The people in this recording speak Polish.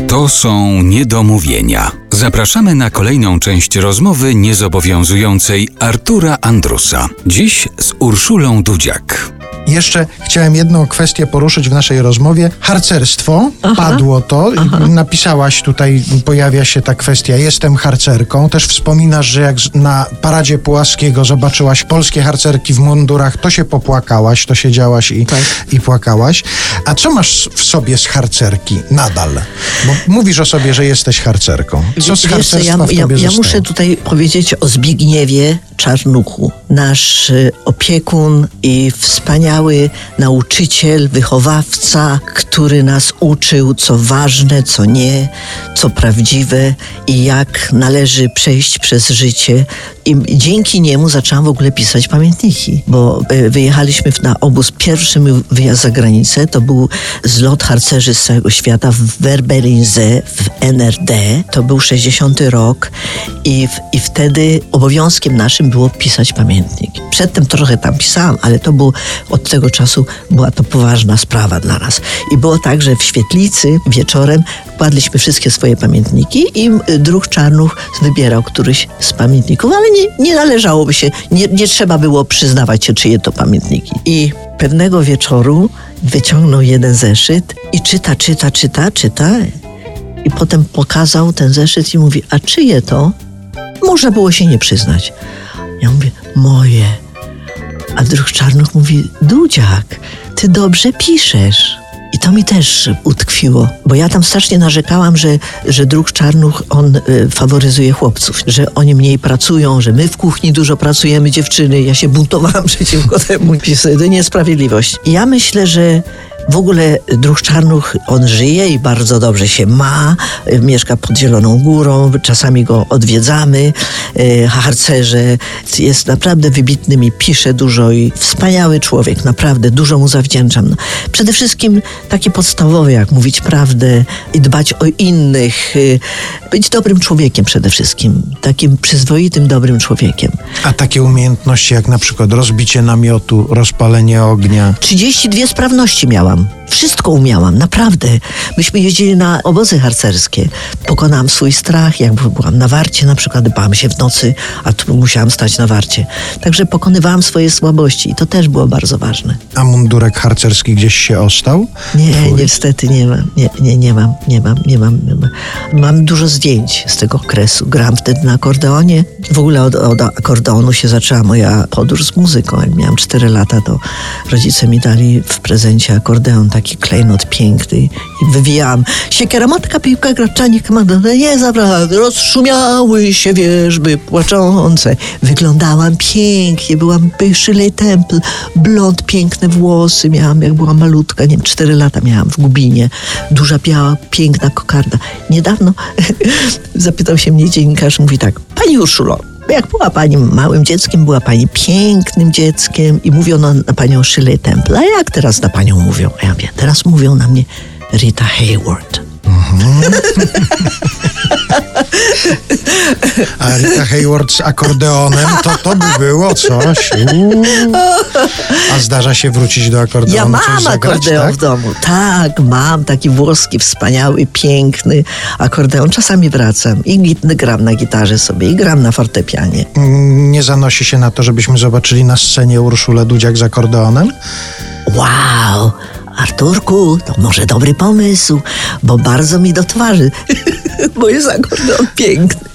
To są niedomówienia. Zapraszamy na kolejną część rozmowy niezobowiązującej Artura Andrusa. Dziś z Urszulą Dudziak. Jeszcze chciałem jedną kwestię poruszyć w naszej rozmowie. Harcerstwo, padło to. Napisałaś tutaj, pojawia się ta kwestia, jestem harcerką. Też wspominasz, że jak na paradzie Puławskiego zobaczyłaś polskie harcerki w mundurach, to się popłakałaś, to siedziałaś i płakałaś. A co masz w sobie z harcerki nadal? Bo mówisz o sobie, że jesteś harcerką. Co z harcerstwa w tobie ja zostało? muszę tutaj powiedzieć o Zbigniewie Czarnuchu. Nasz opiekun i wspaniały nauczyciel, wychowawca, który nas uczył, co ważne, co nie, co prawdziwe i jak należy przejść przez życie. I dzięki niemu zaczęłam w ogóle pisać pamiętniki, bo wyjechaliśmy na obóz, pierwszy mój wyjazd za granicę, to był zlot harcerzy z całego świata w Werbelinze w NRD. To był 60 rok i wtedy obowiązkiem naszym było pisać pamiętnik. Przedtem trochę tam pisałam, ale to było, od tego czasu była to poważna sprawa dla nas. I było tak, że w świetlicy wieczorem kładliśmy wszystkie swoje pamiętniki i druh Czarnuch wybierał któryś z pamiętników, ale nie należałoby się, nie trzeba było przyznawać się, czyje to pamiętniki. I pewnego wieczoru wyciągnął jeden zeszyt i czyta. I potem pokazał ten zeszyt i mówi, a czyje to? Można było się nie przyznać. Ja mówię, moje. A druh Czarnuch mówi, Dudziak, ty dobrze piszesz. I to mi też utkwiło, bo ja tam strasznie narzekałam, że druh Czarnuch, on faworyzuje chłopców, że oni mniej pracują, że my w kuchni dużo pracujemy, dziewczyny. Ja się buntowałam przeciwko temu. To niesprawiedliwość. I ja myślę, że w ogóle druh Czarnuch, on żyje i bardzo dobrze się ma, mieszka pod Zieloną Górą, czasami go odwiedzamy, harcerze, jest naprawdę wybitnym i pisze dużo i wspaniały człowiek, naprawdę dużo mu zawdzięczam. Przede wszystkim takie podstawowe, jak mówić prawdę i dbać o innych, być dobrym człowiekiem przede wszystkim, takim przyzwoitym, dobrym człowiekiem. A takie umiejętności jak na przykład rozbicie namiotu, rozpalenie ognia? 32 sprawności miałam. Wszystko umiałam, naprawdę. Myśmy jeździli na obozy harcerskie. Pokonałam swój strach, jak byłam na warcie na przykład, bałam się w nocy, a tu musiałam stać na warcie. Także pokonywałam swoje słabości i to też było bardzo ważne. A mundurek harcerski gdzieś się ostał? Nie, niestety nie mam. Nie mam. Mam dużo zdjęć z tego okresu. Grałam wtedy na akordeonie. W ogóle od akordeonu się zaczęła moja podróż z muzyką. Jak miałam 4 lata, to rodzice mi dali w prezencie akordeon, taki klejnot piękny i wywijałam. Siekiera matka, piłka, graczanik, nie zabrała, rozszumiały się wierzby płaczące. Wyglądałam pięknie, byłam Shirley Temple, blond, piękne włosy miałam, jak byłam malutka, 4 lata miałam w Gubinie. Duża, biała, piękna kokarda. Niedawno zapytał się mnie dziennikarz, mówi tak, pani Urszulo, jak była pani małym dzieckiem, była pani pięknym dzieckiem i mówiono na panią Shirley Temple. A jak teraz na panią mówią? A ja mówię, teraz mówią na mnie Rita Hayworth. A Rita Hayworth z akordeonem, to by było coś. A zdarza się wrócić do akordeonu? Ja mam zagrać, akordeon tak? w domu. Tak, mam taki włoski, wspaniały, piękny akordeon. Czasami wracam i gram na gitarze sobie i gram na fortepianie. Nie zanosi się na to, żebyśmy zobaczyli na scenie Urszulę Dudziak z akordeonem? Wow! Arturku, to może dobry pomysł, bo bardzo mi do twarzy, bo jest akordeon piękny.